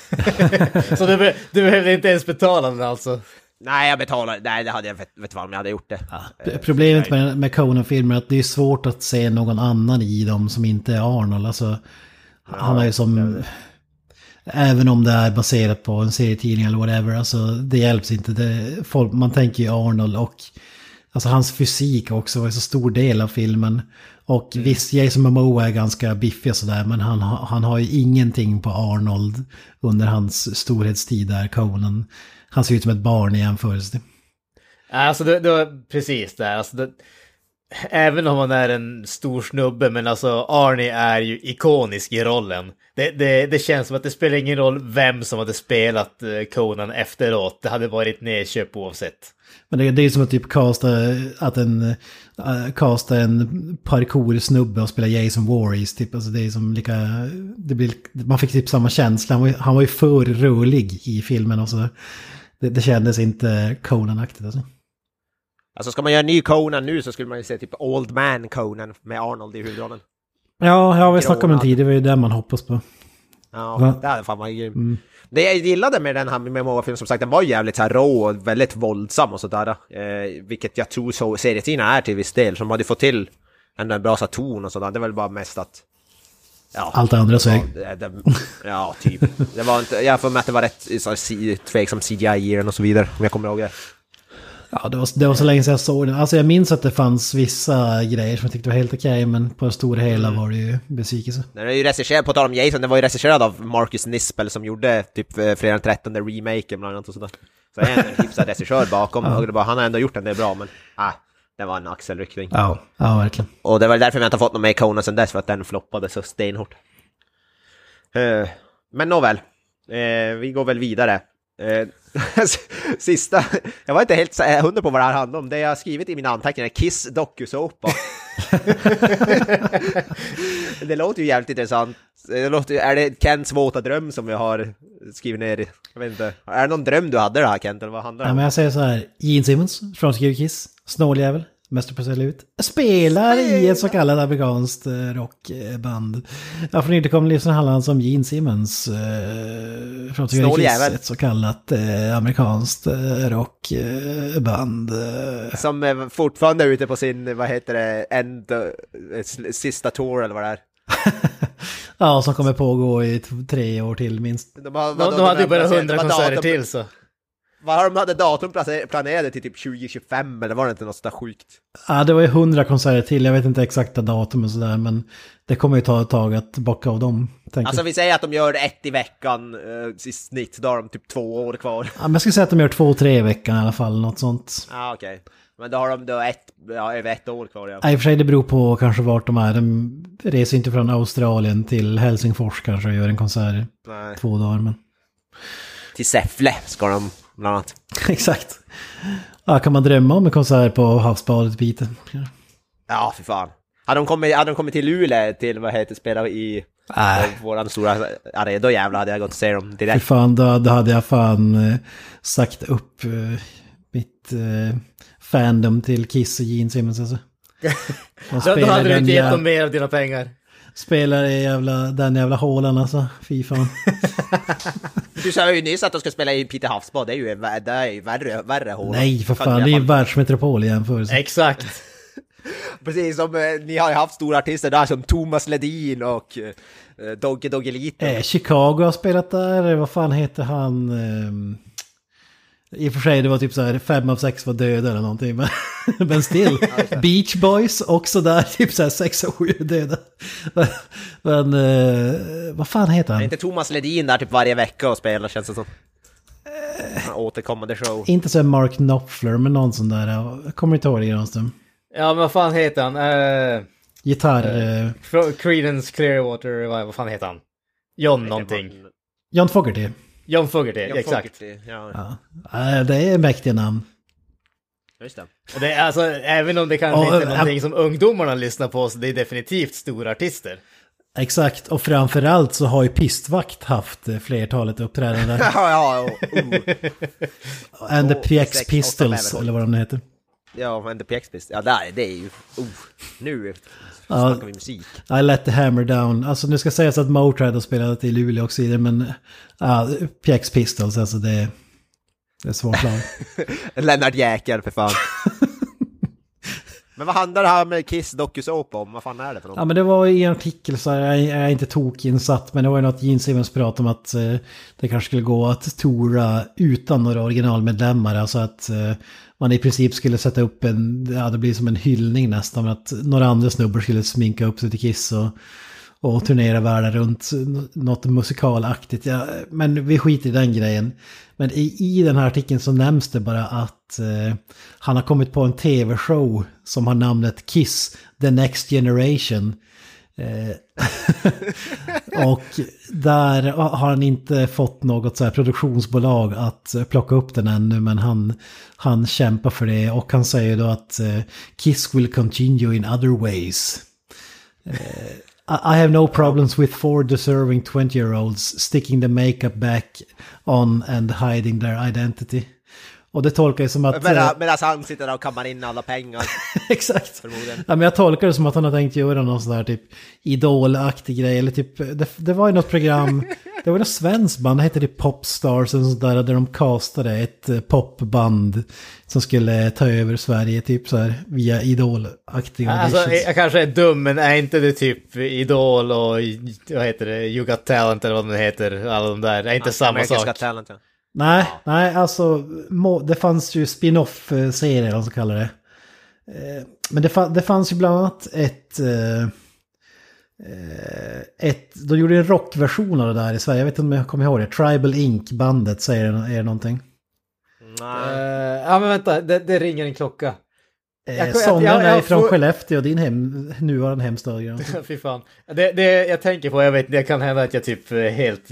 Så du behövde inte ens betala den alltså? Nej, jag betalade. Nej, det hade jag vet vad om jag hade gjort det. Ja, problemet med Conan-filmer är att det är svårt att se någon annan i dem som inte är Arnold. Alltså, han är ju som... Även om det är baserat på en serietidning eller whatever, alltså det hjälps inte. Man tänker ju Arnold, och alltså hans fysik också var en så stor del av filmen. Och visst, Jason Momoa är ganska biffig och sådär, men han har ju ingenting på Arnold under hans storhetstid där, Conan. Han ser ut som ett barn i jämförelse. Alltså det var precis där. Alltså även om han är en stor snubbe, men alltså Arnie är ju ikonisk i rollen. Det känns som att det spelar ingen roll vem som hade spelat Conan efteråt. Det hade varit nedköp oavsett. Men det är som att typ kasta en parkour-snubbe och spela Jason Voorhees typ. Alltså det är som man fick typ samma känsla. Han var ju för rolig i filmen, och så det kändes inte Conan-aktigt alltså. Alltså ska man göra en ny Conan nu så skulle man ju se typ Old Man Conan med Arnold i huvudrollen. Ja, vi snackade om en tid, det var ju det man hoppas på. Ja, det hade fan varit grym. Det jag gillade med den här Momoa-filmen, som sagt, den var jävligt så här rå och väldigt våldsam och sådär. Vilket jag tror så serietidningarna är till viss del, som hade fått till en bra så ton och sådär. Det var väl bara mest att... Ja, allt andra så ja, typ. Det var inte, jag får med att det var rätt tveksam CGI i den och så vidare, om jag kommer ihåg det. Ja, det var så länge sedan jag såg den. Alltså jag minns att det fanns vissa grejer som jag tyckte var helt okej, men på det stora hela var det ju besvikelse. Den är ju regisserad, på tal om Jason, den var ju regisserad av Marcus Nispel som gjorde typ Fredag den 13 remaken bland annat och sådär. Så jag är en hyfsad regissör bakom, och han har ändå gjort det bra, men det var en axelryckning. Ja, verkligen. Och det var därför vi inte har fått någon med Conan sen dess, för att den floppade så stenhårt. Men nåväl, vi går väl vidare. Sista, jag var inte helt 100 på vad det här handlar om. Det jag har skrivit i mina anteckningar är Kiss dokusåpa. Det låter ju jävligt intressant. Är det Kents våta dröm som jag har skrivit ner? Jag vet inte. Är det någon dröm du hade det här, Kent, eller vad handlar det om? Men jag säger så här: Gene Simmons från Kiss, snåljävel, mest på ut, spelar i ett så kallat amerikanskt rockband. Ja, för inte kommer lyssna handlar som Gene Simmons från Kiss, ett så kallat amerikanskt rockband. Som fortfarande är ute på sin, vad heter det, sista tour eller vad det är. Ja, som kommer pågå i 3 år till minst. De hade ju bara 100 konserter till så. Vad har de hade datum planerade till typ 2025 eller var det inte något sådär sjukt? Ja, det var ju 100 konserter till. Jag vet inte exakta datum och sådär, men det kommer ju ta ett tag att bocka av dem. Alltså vi säger att de gör 1 i veckan i snitt, då har de typ 2 år kvar. Ja, men jag skulle säga att de gör 2-3 i veckan i alla fall, något sånt. Ja, okej. Men då har de då över 1 år kvar. Ja. Ja, i och för sig det beror på kanske vart de är. De reser inte från Australien till Helsingfors kanske och gör en konsert 2 dagar. Men... Till Säffle ska de bland annat. Exakt. Ja, kan man drömma om en konsert på havsbadet Pite? Ja, för fan. Hade de kommit till Luleå till spela i våran stora arena, då jävlar hade jag gått och se dem direkt. För fan, då hade jag fan sagt upp mitt fandom till Kiss och Gene Simmons alltså. Då hade du inte gett dem mer av dina pengar. Spelar den jävla hålan alltså, fy fan. Du sa ju nyss att de ska spela i Pite havsbad, det är ju värre hålan. Nej, för fan, det är ju världsmetropol i jämförelse. Exakt. Precis som ni har ju haft stora artister där som Thomas Ledin och Dogge Lite. Chicago har spelat där, vad fan heter han... I och för sig det var typ så här 5 av 6 var döda eller någonting, men still. Beach Boys också där, typ så här 6 av 7 döda. Men vad fan heter han? Är inte Thomas Ledin där typ varje vecka och spelar, känns det som? Återkommande show. Inte så Mark Knopfler, men någon sån där. Jag kommer inte ihåg det någonstans. Ja, men vad fan heter han? Gitarr. Creedence Clearwater, vad fan heter han? John någonting. John Fogerty. John Fogerty, exakt. Ja. Det är mäktiga namn. Just det. Och det är alltså, även om det kanske inte är någonting som ungdomarna lyssnar på, så det är definitivt stora artister. Exakt, och framförallt så har ju Pistvakt haft flertalet uppträdanden. And the PX Pistols, eller vad de heter. Ja, and the PX Pistols. Ja, det är ju... nu snackar vi musik. I let the hammer down. Alltså nu ska sägas att Motörhead har spelat i Luleå också, men PX Pistols, alltså det är svårt lag. Lennart Jäkel, för fan. Men vad handlar det här med Kiss dokusåpa om? Vad fan är det för något? Ja, men det var i en artikel så jag är inte tokinsatt, men det var ju något Gene Simmons pratade om att det kanske skulle gå att toura utan några originalmedlemmar, alltså att man i princip skulle sätta upp det blir som en hyllning nästan, att några andra snubbar skulle sminka upp sig till Kiss och turnera världen runt, något musikalaktigt. Ja, men vi skiter i den grejen. Men i den här artikeln så nämns det bara att han har kommit på en tv-show som har namnet Kiss The Next Generation. Och där har han inte fått något så här produktionsbolag att plocka upp den ännu, men han kämpar för det, och han säger då att Kiss will continue in other ways. I have no problems with 4 deserving 20-year-olds sticking the makeup back on and hiding their identity. Och det tolkar jag som att... Medan han sitter där och kammar in alla pengar. Exakt. Ja, men jag tolkar det som att han har tänkt göra någon sån där typ idolaktig grej. Eller typ, det var ju något program, det var något svenskt band, det hette det Popstars och sånt där de castade ett popband som skulle ta över Sverige typ så här via idolaktiga auditions. Alltså jag kanske är dum, men är inte det typ Idol och vad heter det, You Got Talent eller vad det heter, alla de där, är inte samma sak? Talent, ja. Nej, alltså det fanns ju spin-off-serier, vad man kallar det. Men det fanns ju bland annat de gjorde en rockversion av det där i Sverige. Jag vet inte om jag kommer ihåg det. Tribal Inc-bandet, säger det någonting? Ja, men vänta, det ringer en klocka. Sången är från Skellefteå, din nuvarande hemstad. Fy fan. Det jag tänker på, jag vet, det kan hända att jag typ helt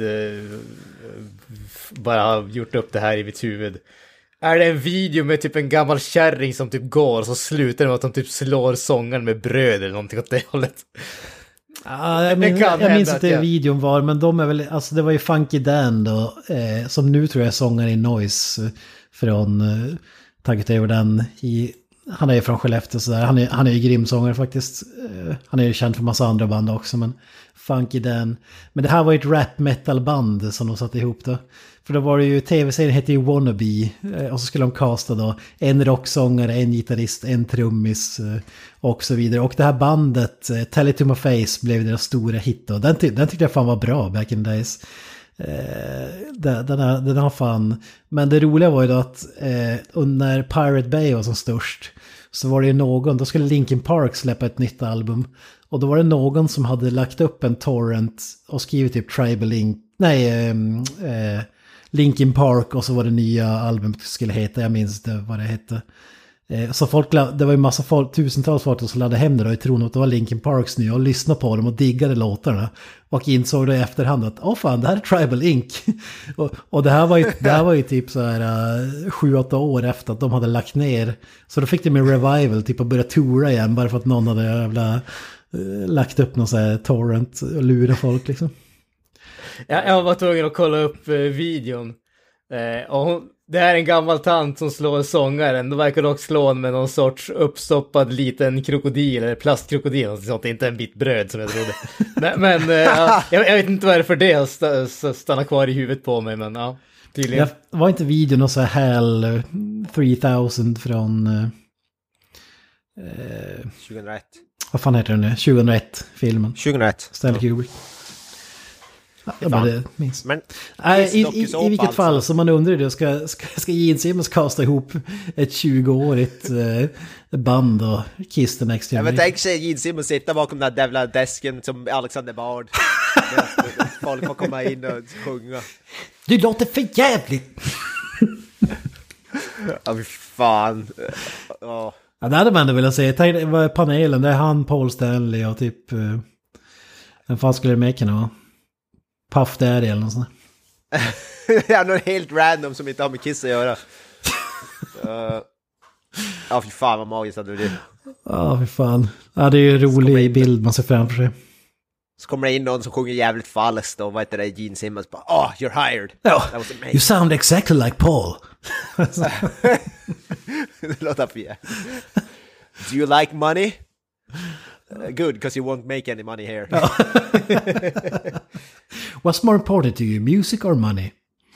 bara har gjort upp det här i mitt huvud. Är det en video med typ en gammal kärring som typ går och så slutar det med att de typ slår sångaren med bröd eller någonting åt det hållet? Jag minns inte videon var, men de är väl, alltså det var ju Funky Dan då, som nu tror jag är sångare i Noise från tagit över den i han är ju från Skellefteå sådär. Han är ju grym sångare faktiskt. Han är ju känd för massa andra band också, men Funky Dan. Men det här var ju ett rap metal band som de satte ihop då. För då var det ju, tv-serien hette ju Wannabe. Och så skulle de casta då en rocksångare, en gitarrist, en trummis och så vidare. Och det här bandet, Tell It To My Face, blev deras stora hit då. Den tyckte jag fan var bra back in the days. Den har fan. Men det roliga var ju då att när Pirate Bay var som störst så var det ju någon, då skulle Linkin Park släppa ett nytt album. Och då var det någon som hade lagt upp en torrent och skrivit typ Linkin Park, och så var det nya albumet skulle heta, jag minns inte vad det hette. Så folk, det var ju massa folk, tusentals folk som laddade hem det då i tron att det var Linkin Parks nya och lyssnade på dem och diggade låtarna. Och insåg då i efterhand att fan, det här är Tribal Inc. och det här var ju typ så här 7-8 år efter att de hade lagt ner. Så då fick de en revival, typ att börja toura igen bara för att någon hade jävla lagt upp någon så här torrent och lura folk liksom. Jag var tvungen att kolla upp videon. Och det här är en gammal tant som slår sångaren. Då verkar dock slå med någon sorts uppstoppad liten krokodil eller plastkrokodil. Och sånt, inte en bit bröd som jag trodde. men jag vet inte vad det är för det stannar kvar i huvudet på mig. Men ja, tydligen. Var inte videon och så här HAL 3000 från 2001. Vad fan heter den nu? 2001 filmen. 2001. Stanley Kubrick. Ja, det minns. Men i vilket fall så man undrar då, ska Gene Simmons kasta ihop ett 20-årigt band och Kiss the Next Generation? Jag tänker sig Gene Simmons sitta bakom den där jävla desken som Alexander Bard. Folk får komma in och sjunga. Du låter för jävligt! Ja, fy fan. Oh. Ja, det hade man ändå velat säga. Det var panelen, det är han, Paul Stanley och typ... vem fan skulle det med kunna vara? Puff Daddy eller något sånt. Ja, något helt random som inte har med Kiss att göra. Ja, fy fan vad magiskt att du det. Ja, fy fan. Ja, det är ju en rolig bild man ser framför sig. Så kommer det in någon som sjunger jävligt falskt och vad heter det, Gene Simmons bara, you're hired. Ja, you sound exactly like Paul. Det låter fel. Do you like money? Good, because you won't make any money here. What's more important to you, music or money?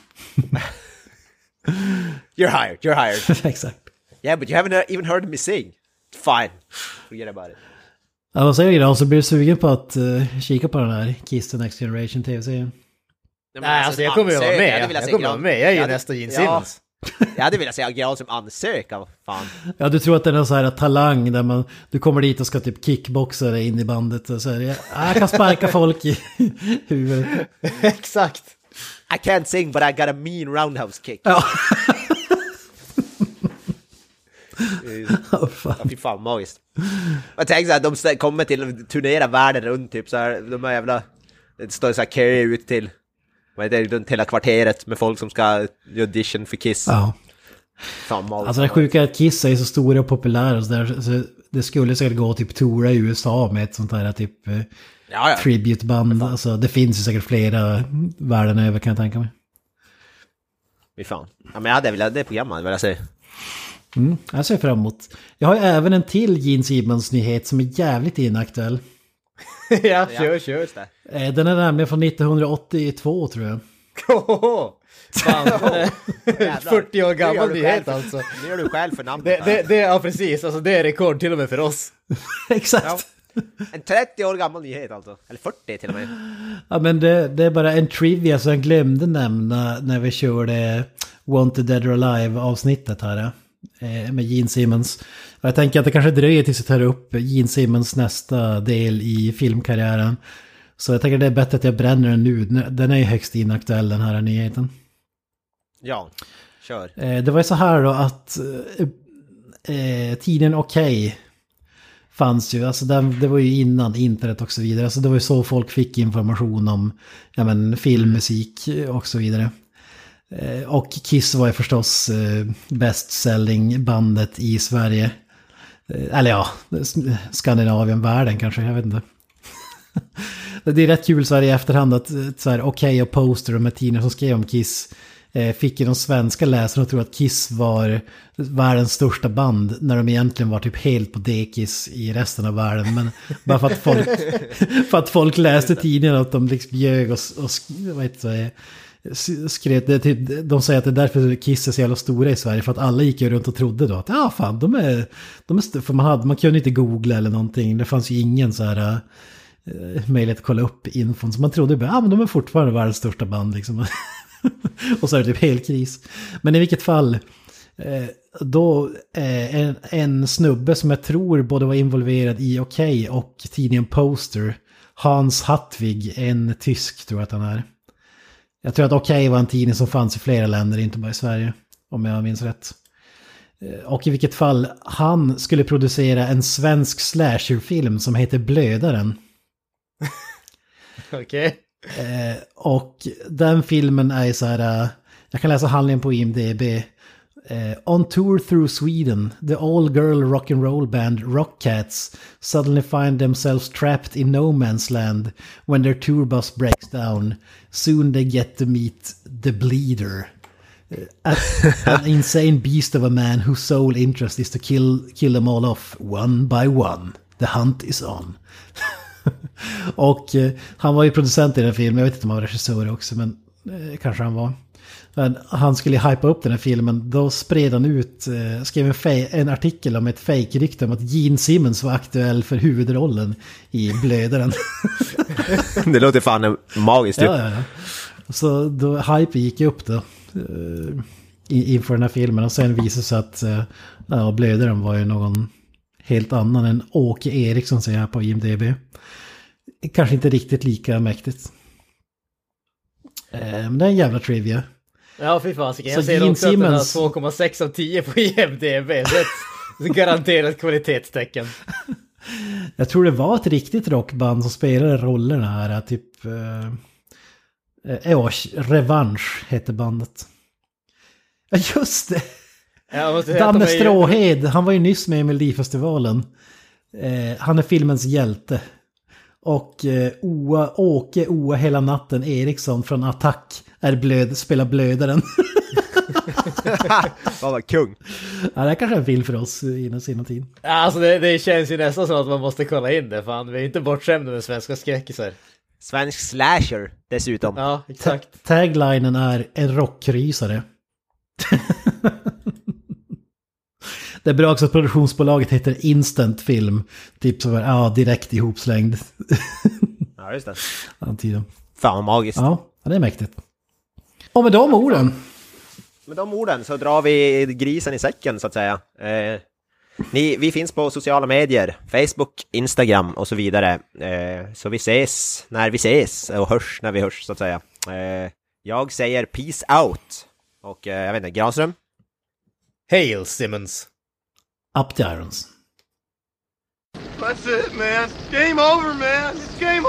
You're hired. Exakt. Yeah, but you haven't even heard me sing. Fine, forget about it. Ja, vad säger du då? Så blir du sugen på att kika på den här Kiss the Next Generation tv-serien? Nej, alltså jag kommer ju vara med. Jag är ju nästa Gene Simmons. Jag hade velat säga grad som ansökan, fan. Ja, du tror att det är någon så här talang där du kommer dit och ska typ kickboxa dig in i bandet och så här, jag kan sparka folk i huvudet. Exakt. I can't sing but I got a mean roundhouse kick. Ja. Fy fan, magiskt. Jag tänker så här, de kommer till att turnera världen runt typ så här, de är jävla, det står så här carry ut till vad är det, runt hela kvarteret med folk som ska audition för Kiss. Ja. Fan, alltså det sjuka är att Kiss är så stora och populära så, där, så det skulle säkert gå typ toura i USA med ett sånt här typ tributeband. Alltså det finns ju säkert flera världen över, kan jag tänka mig. Fy fan. Ja, men jag hade velat det programmet, vill jag säga. Jag ser fram emot. Jag har ju även en till Gene Simmons nyhet som är jävligt inaktuell. Ja, kör. Den är nämligen från 1982 tror jag. Fan, 40 år gammal nyhet alltså. Nu gör du själv för namnet. Ja, precis. Alltså, det är rekord till och med för oss. Exakt. Ja. En 30 år gammal nyhet alltså. Eller 40 till och med. Ja, men det är bara en trivia som jag glömde nämna när vi körde Wanted Dead or Alive-avsnittet här. Med Gene Simmons. Jag tänker att det kanske dröjer tills jag tar upp Gene Simmons nästa del i filmkarriären. Så jag tänker att det är bättre att jag bränner den nu. Den är ju högst inaktuell, den här nyheten. Ja, kör. Det var ju så här då att tidningen Okej fanns ju. Alltså det var ju innan internet och så vidare. Alltså det var ju så folk fick information om filmmusik och så vidare. Och Kiss var ju förstås best-selling bandet i Sverige. Eller ja, Skandinavien, världen kanske, jag vet inte. Det är rätt kul så här i efterhand att så här, Okej och Poster och med tidningar som skrev om Kiss fick ju de svenska läsarna att tro att Kiss var världens största band när de egentligen var typ helt på dekis i resten av världen. Men bara för att folk läste tidningarna att de liksom ljög och vad heter det, skrev det, de säger att det är därför Kiss är så jävla stora i Sverige, för att alla gick ju runt och trodde då att ja fan, de är för man kunde inte googla eller någonting, det fanns ju ingen så här möjlighet att kolla upp infon, så man trodde bara, men de är fortfarande världens största band liksom. Och så är det typ helt kris. Men i vilket fall då en snubbe som jag tror både var involverad i Okej och tidningen Poster, Hans Hartwig, en tysk tror jag att han är. Jag tror att Okej var en tidning som fanns i flera länder, inte bara i Sverige, om jag minns rätt. Och i vilket fall, han skulle producera en svensk slasherfilm som heter Blödaren. Okej. Och den filmen är så här, jag kan läsa handlingen på IMDb. On tour through Sweden, the all-girl rock and roll band Rockcats suddenly find themselves trapped in no man's land when their tour bus breaks down. Soon they get to meet the Bleeder, an insane beast of a man whose sole interest is to kill them all off one by one. The hunt is on. Och han var ju producent i den filmen, jag vet inte om han var regissör också, men kanske han var. Men han skulle hypa upp den här filmen, då spred han ut, skrev en artikel om ett fake-rykte om att Gene Simmons var aktuell för huvudrollen i Blödaren. Det låter fan magiskt. Ja. Så då hype gick upp då inför den här filmen, och sen visade sig att Blödaren var ju någon helt annan än Åke Eriksson, säger jag på IMDb. Kanske inte riktigt lika mäktigt. Men det är en jävla trivia. Ja, fy fan. Jag ser också att den har 2,6 av 10 på IMDb. Det är ett garanterat kvalitetstecken. Jag tror det var ett riktigt rockband som spelade rollerna här. Typ... Revansch heter bandet. Ja, just det. Danne Stråhed, han var ju nyss med i Melodifestivalen. Han är filmens hjälte. Och Åke hela natten Eriksson från Attack spelar Blödaren. Vad kung. Ja, det är kanske en film för oss inom sin tid. Alltså det känns ju nästan som att man måste kolla in det. Fan, vi är inte bortskämda med svenska skräckisar. Svensk slasher dessutom. Ja, exakt. Taglinen är en rockrysare. Det är bra också att produktionsbolaget heter Instant Film. Typ så var direkt ihopslängd. Ja, just det. Antiden. Fan vad magiskt. Ja, det är mäktigt. Och med de orden. Med de orden så drar vi grisen i säcken så att säga. Vi finns på sociala medier. Facebook, Instagram och så vidare. Så vi ses när vi ses och hörs när vi hörs så att säga. Jag säger peace out. Och jag vet inte, Granström? Hail Simmons. Up the irons. That's it, man. Game over, man. It's game